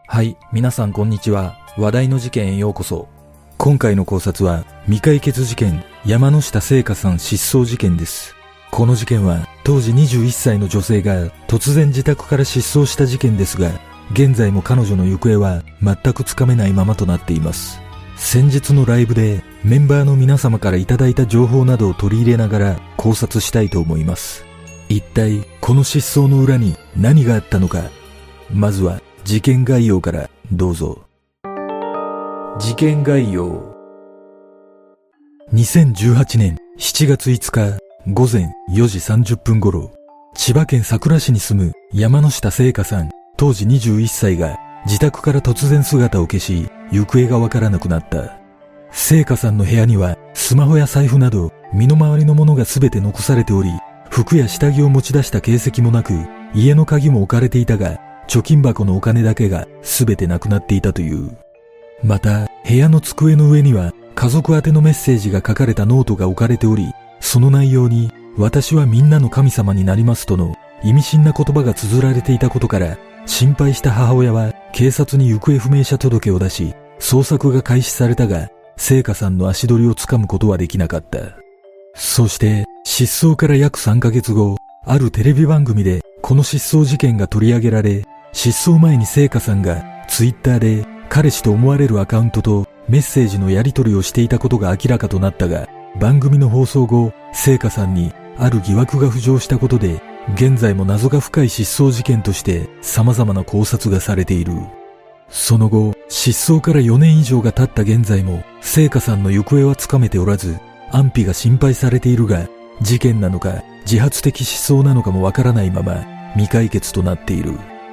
はい、皆さんこんにちは。話題の事件へようこそ。今回の考察は未解決事件、山下聖華さん失踪事件です。この事件は当時21歳の女性が突然自宅から失踪した事件ですが、現在も彼女の行方は全くつかめないままとなっています。先日のライブでメンバーの皆様からいただいた情報などを取り入れながら考察したいと思います。一体この失踪の裏に何があったのか。まずは事件概要からどうぞ。事件概要。2018年7月5日午前4時30分頃、千葉県佐倉市に住む山下聖華さん当時21歳が自宅から突然姿を消し、行方がわからなくなった。聖華さんの部屋にはスマホや財布など身の回りのものが全て残されており、服や下着を持ち出した形跡もなく、家の鍵も置かれていたが、貯金箱のお金だけが全てなくなっていたという。また、部屋の机の上には家族宛てのメッセージが書かれたノートが置かれており、その内容に、私はみんなの神様になりますとの意味深な言葉が綴られていたことから、心配した母親は警察に行方不明者届を出し、捜索が開始されたが、聖華さんの足取りをつかむことはできなかった。そして、失踪から約3ヶ月後、あるテレビ番組でこの失踪事件が取り上げられ、失踪前に聖華さんがツイッターで彼氏と思われるアカウントとメッセージのやり取りをしていたことが明らかとなったが、番組の放送後、聖華さんにある疑惑が浮上したことで、現在も謎が深い失踪事件として様々な考察がされている。その後、失踪から4年以上が経った現在も聖華さんの行方はつかめておらず、安否が心配されているが、事件なのか自発的失踪なのかもわからないまま未解決となっている。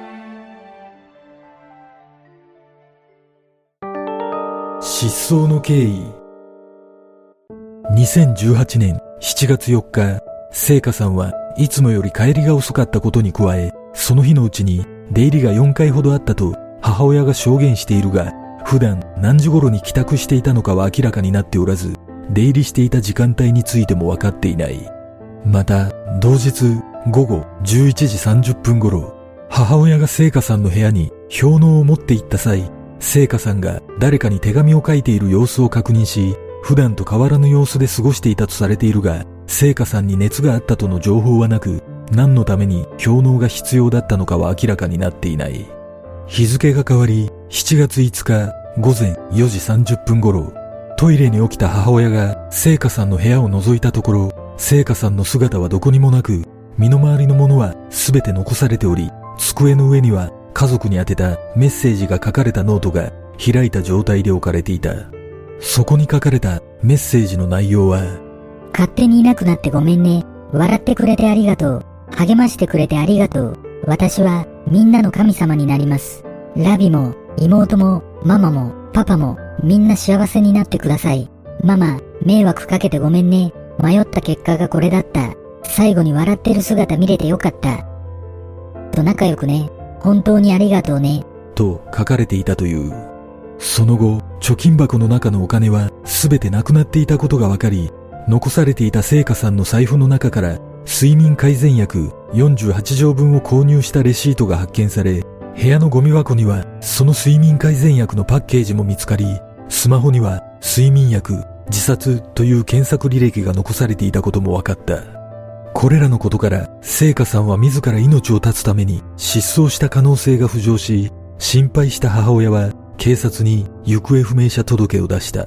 失踪の経緯。2018年7月4日、聖華さんはいつもより帰りが遅かったことに加え、その日のうちに出入りが4回ほどあったと母親が証言しているが、普段何時頃に帰宅していたのかは明らかになっておらず、出入りしていた時間帯についても分かっていない。また、同日午後11時30分頃、母親が聖華さんの部屋に氷嚢を持って行った際、聖華さんが誰かに手紙を書いている様子を確認し、普段と変わらぬ様子で過ごしていたとされているが、聖華さんに熱があったとの情報はなく、何のために氷嚢が必要だったのかは明らかになっていない。日付が変わり、7月5日午前4時30分頃、トイレに起きた母親が聖華さんの部屋を覗いたところ、聖華さんの姿はどこにもなく、身の回りのものは全て残されており、机の上には家族に宛てたメッセージが書かれたノートが開いた状態で置かれていた。そこに書かれたメッセージの内容は、 勝手にいなくなってごめんね。笑ってくれてありがとう。励ましてくれてありがとう。私はみんなの神様になります。ラビも妹もママもパパもみんな幸せになってください。ママ、迷惑かけてごめんね。迷った結果がこれだった。最後に笑ってる姿見れてよかった。と仲良くね。本当にありがとうね。 と書かれていたという。その後、貯金箱の中のお金は全てなくなっていたことが分かり、残されていた聖華さんの財布の中から睡眠改善薬48錠分を購入したレシートが発見され、部屋のゴミ箱にはその睡眠改善薬のパッケージも見つかり、スマホには睡眠薬、自殺という検索履歴が残されていたことも分かった。これらのことから聖華さんは自ら命を絶つために失踪した可能性が浮上し、心配した母親は警察に行方不明者届を出した。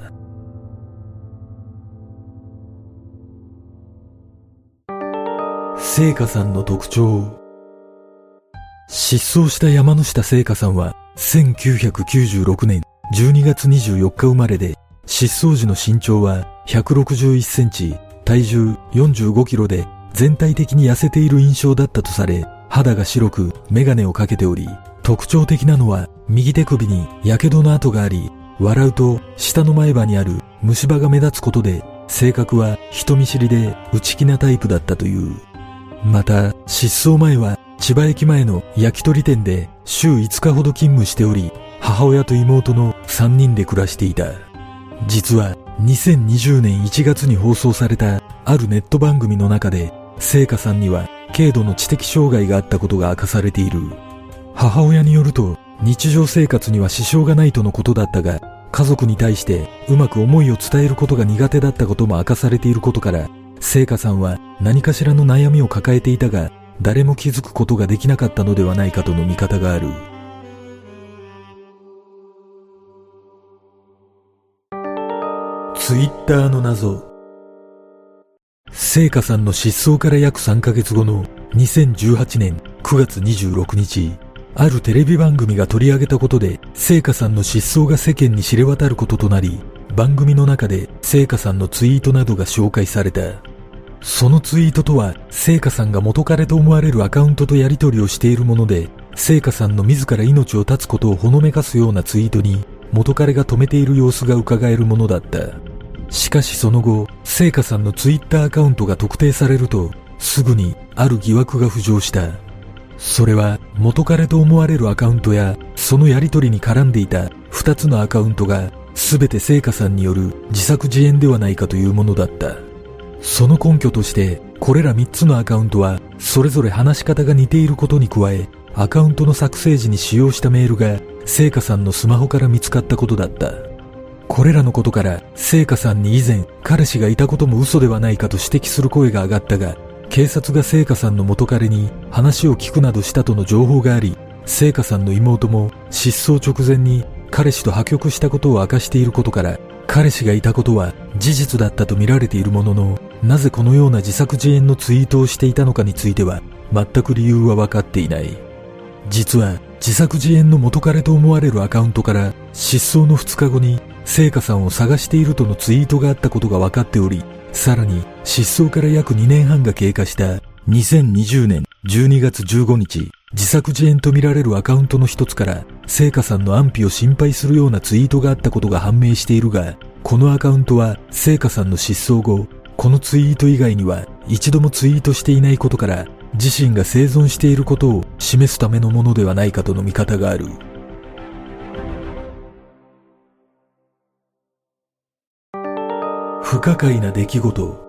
聖華さんの特徴。失踪した山下聖華さんは1996年12月24日生まれで、失踪時の身長は161センチ、体重45キロで全体的に痩せている印象だったとされ、肌が白くメガネをかけており、特徴的なのは右手首に火傷の跡があり、笑うと下の前歯にある虫歯が目立つことで、性格は人見知りで内気なタイプだったという。また、失踪前は千葉駅前の焼き鳥店で週5日ほど勤務しており、母親と妹の3人で暮らしていた。実は2020年1月に放送されたあるネット番組の中で、聖華さんには軽度の知的障害があったことが明かされている。母親によると、 日常生活には支障がないとのことだったが、家族に対してうまく思いを伝えることが苦手だったことも明かされていることから、聖華さんは何かしらの悩みを抱えていたが、誰も気づくことができなかったのではないかとの見方がある。ツイッターの謎。聖華さんの失踪から約3ヶ月後の2018年9月26日、あるテレビ番組が取り上げたことで、聖華さんの失踪が世間に知れ渡ることとなり、番組の中で聖華さんのツイートなどが紹介された。そのツイートとは、聖華さんが元彼と思われるアカウントとやり取りをしているもので、聖華さんの自ら命を絶つことをほのめかすようなツイートに、元彼が止めている様子が伺えるものだった。しかしその後、聖華さんのツイッターアカウントが特定されると、すぐにある疑惑が浮上した。それは元彼と思われるアカウントや、そのやり取りに絡んでいた2つのアカウントが、すべて聖華さんによる自作自演ではないかというものだった。その根拠として、これら3つのアカウントは、それぞれ話し方が似ていることに加え、アカウントの作成時に使用したメールが、聖華さんのスマホから見つかったことだった。これらのことから、聖華さんに以前、彼氏がいたことも嘘ではないかと指摘する声が上がったが、警察が聖華さんの元彼に話を聞くなどしたとの情報があり、聖華さんの妹も失踪直前に彼氏と破局したことを明かしていることから、彼氏がいたことは事実だったと見られているものの、なぜこのような自作自演のツイートをしていたのかについては、全く理由は分かっていない。実は、自作自演の元彼と思われるアカウントから、失踪の2日後に、聖華さんを探しているとのツイートがあったことが分かっており、さらに失踪から約2年半が経過した2020年12月15日、自作自演と見られるアカウントの一つから聖華さんの安否を心配するようなツイートがあったことが判明しているが、このアカウントは聖華さんの失踪後、このツイート以外には一度もツイートしていないことから、自身が生存していることを示すためのものではないかとの見方がある。不可解な出来事。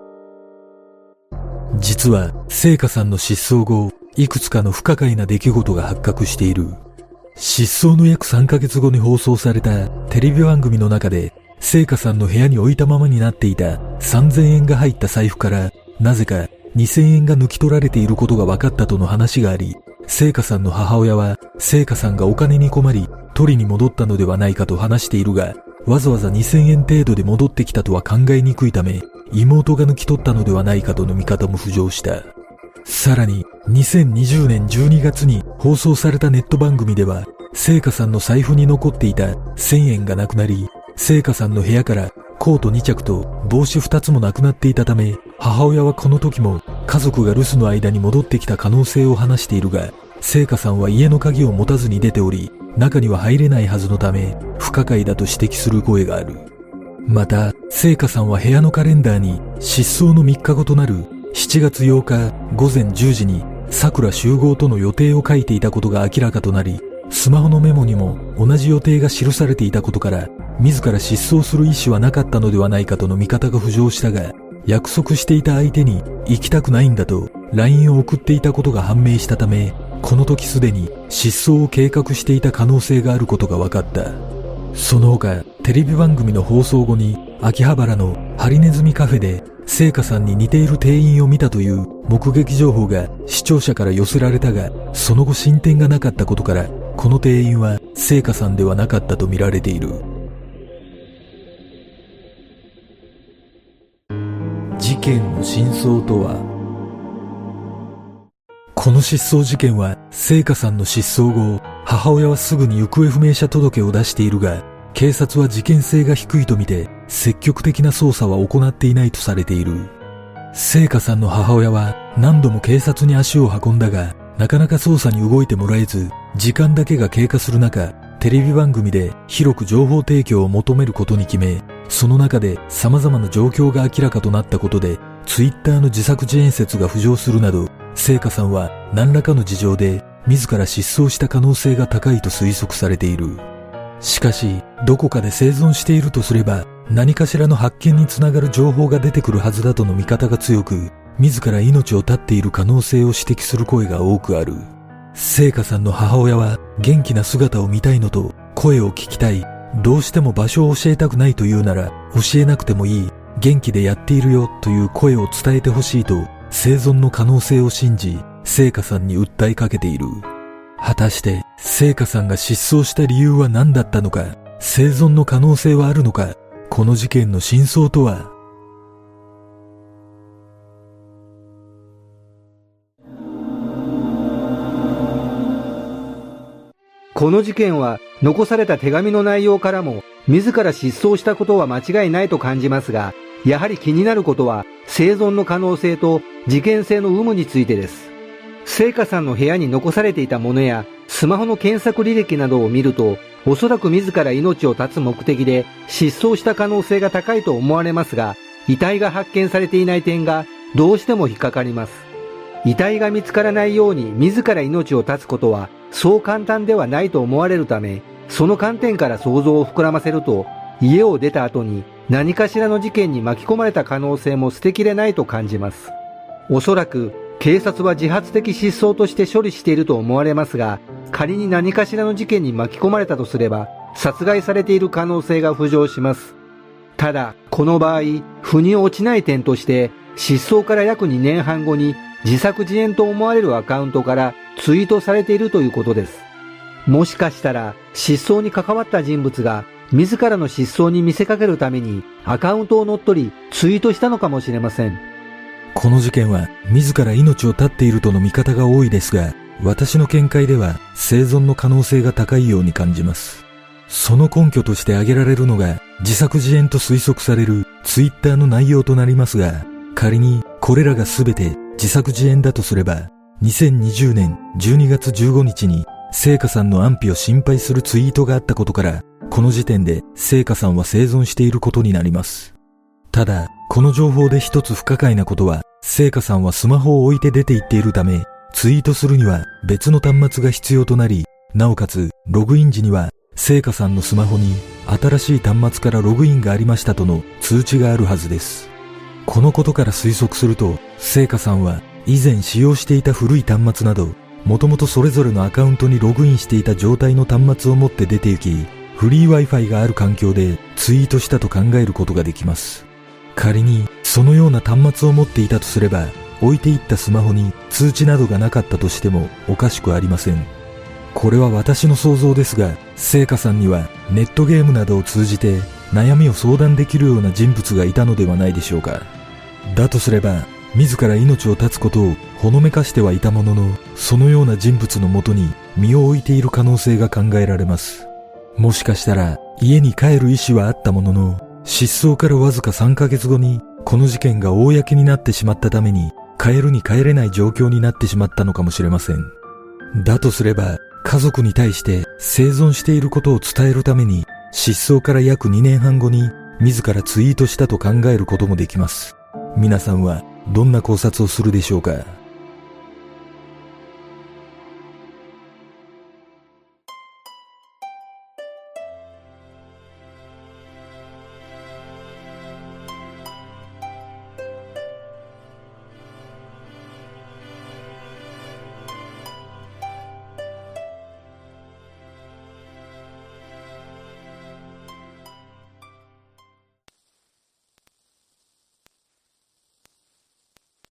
実は聖華さんの失踪後、いくつかの不可解な出来事が発覚している。失踪の約3ヶ月後に放送されたテレビ番組の中で、聖華さんの部屋に置いたままになっていた3000円が入った財布から、なぜか2000円が抜き取られていることが分かったとの話があり、聖華さんの母親は聖華さんがお金に困り取りに戻ったのではないかと話しているが、わざわざ2000円程度で戻ってきたとは考えにくいため、妹が抜き取ったのではないかとの見方も浮上した。さらに2020年12月に放送されたネット番組では、聖華さんの財布に残っていた1000円がなくなり、聖華さんの部屋からコート2着と帽子2つもなくなっていたため、母親はこの時も家族が留守の間に戻ってきた可能性を話しているが、聖華さんは家の鍵を持たずに出ており、中には入れないはずのため不可解だと指摘する声がある。また聖華さんは部屋のカレンダーに失踪の3日後となる7月8日午前10時に桜集合との予定を書いていたことが明らかとなり、スマホのメモにも同じ予定が記されていたことから、自ら失踪する意思はなかったのではないかとの見方が浮上したが、約束していた相手に行きたくないんだと LINE を送っていたことが判明したため、この時すでに失踪を計画していた可能性があることが分かった。その他、テレビ番組の放送後に秋葉原のハリネズミカフェで聖華さんに似ている店員を見たという目撃情報が視聴者から寄せられたが、その後進展がなかったことから、この店員は聖華さんではなかったと見られている。事件の真相とは。この失踪事件は聖華さんの失踪後、母親はすぐに行方不明者届を出しているが、警察は事件性が低いとみて積極的な捜査は行っていないとされている。聖華さんの母親は何度も警察に足を運んだが、なかなか捜査に動いてもらえず、時間だけが経過する中、テレビ番組で広く情報提供を求めることに決め、その中で様々な状況が明らかとなったことで、ツイッターの自作自演説が浮上するなど、聖華さんは何らかの事情で自ら失踪した可能性が高いと推測されている。しかし、どこかで生存しているとすれば、何かしらの発見につながる情報が出てくるはずだとの見方が強く、自ら命を絶っている可能性を指摘する声が多くある。 聖華さんの母親は元気な姿を見たいのと声を聞きたい。どうしても場所を教えたくないというなら教えなくてもいい。元気でやっているよという声を伝えてほしいと生存の可能性を信じ、聖華さんに訴えかけている。果たして聖華さんが失踪した理由は何だったのか、生存の可能性はあるのか、この事件の真相とは。 この事件は残された手紙の内容からも自ら失踪したことは間違いないと感じますが、やはり気になることは生存の可能性と事件性の有無についてです。聖華さんの部屋に残されていたものやスマホの検索履歴などを見ると、おそらく自ら命を絶つ目的で失踪した可能性が高いと思われますが、遺体が発見されていない点がどうしても引っかかります。遺体が見つからないように自ら命を絶つことはそう簡単ではないと思われるため、その観点から想像を膨らませると、家を出た後に何かしらの事件に巻き込まれた可能性も捨てきれないと感じます。おそらく警察は自発的失踪として処理していると思われますが、仮に何かしらの事件に巻き込まれたとすれば殺害されている可能性が浮上します。ただこの場合、腑に落ちない点として、失踪から約2年半後に自作自演と思われるアカウントからツイートされているということです。もしかしたら失踪に関わった人物が自らの失踪に見せかけるためにアカウントを乗っ取りツイートしたのかもしれません。 この事件は自ら命を絶っているとの見方が多いですが、私の見解では生存の可能性が高いように感じます。その根拠として挙げられるのが自作自演と推測されるツイッターの内容となりますが、仮にこれらが全て自作自演だとすれば、2020年12月15日に聖華さんの安否を心配するツイートがあったことから、この時点で聖華さんは生存していることになります。ただ、この情報で一つ不可解なことは、聖華さんはスマホを置いて出て行っているため、ツイートするには別の端末が必要となり、なおかつログイン時には聖華さんのスマホに新しい端末からログインがありましたとの通知があるはずです。このことから推測すると、聖華さんは以前使用していた古い端末など、もともとそれぞれのアカウントにログインしていた状態の端末を持って出て行き、フリー Wi-Fi がある環境でツイートしたと考えることができます。仮にそのような端末を持っていたとすれば、置いていったスマホに通知などがなかったとしてもおかしくありません。これは私の想像ですが、聖華さんにはネットゲームなどを通じて悩みを相談できるような人物がいたのではないでしょうか。だとすれば、自ら命を絶つことをほのめかしてはいたものの、そのような人物のもとに身を置いている可能性が考えられます。もしかしたら家に帰る意思はあったものの、失踪からわずか3ヶ月後にこの事件が公になってしまったために、帰るに帰れない状況になってしまったのかもしれません。だとすれば、家族に対して生存していることを伝えるために、失踪から約2年半後に自らツイートしたと考えることもできます。皆さんはどんな考察をするでしょうか。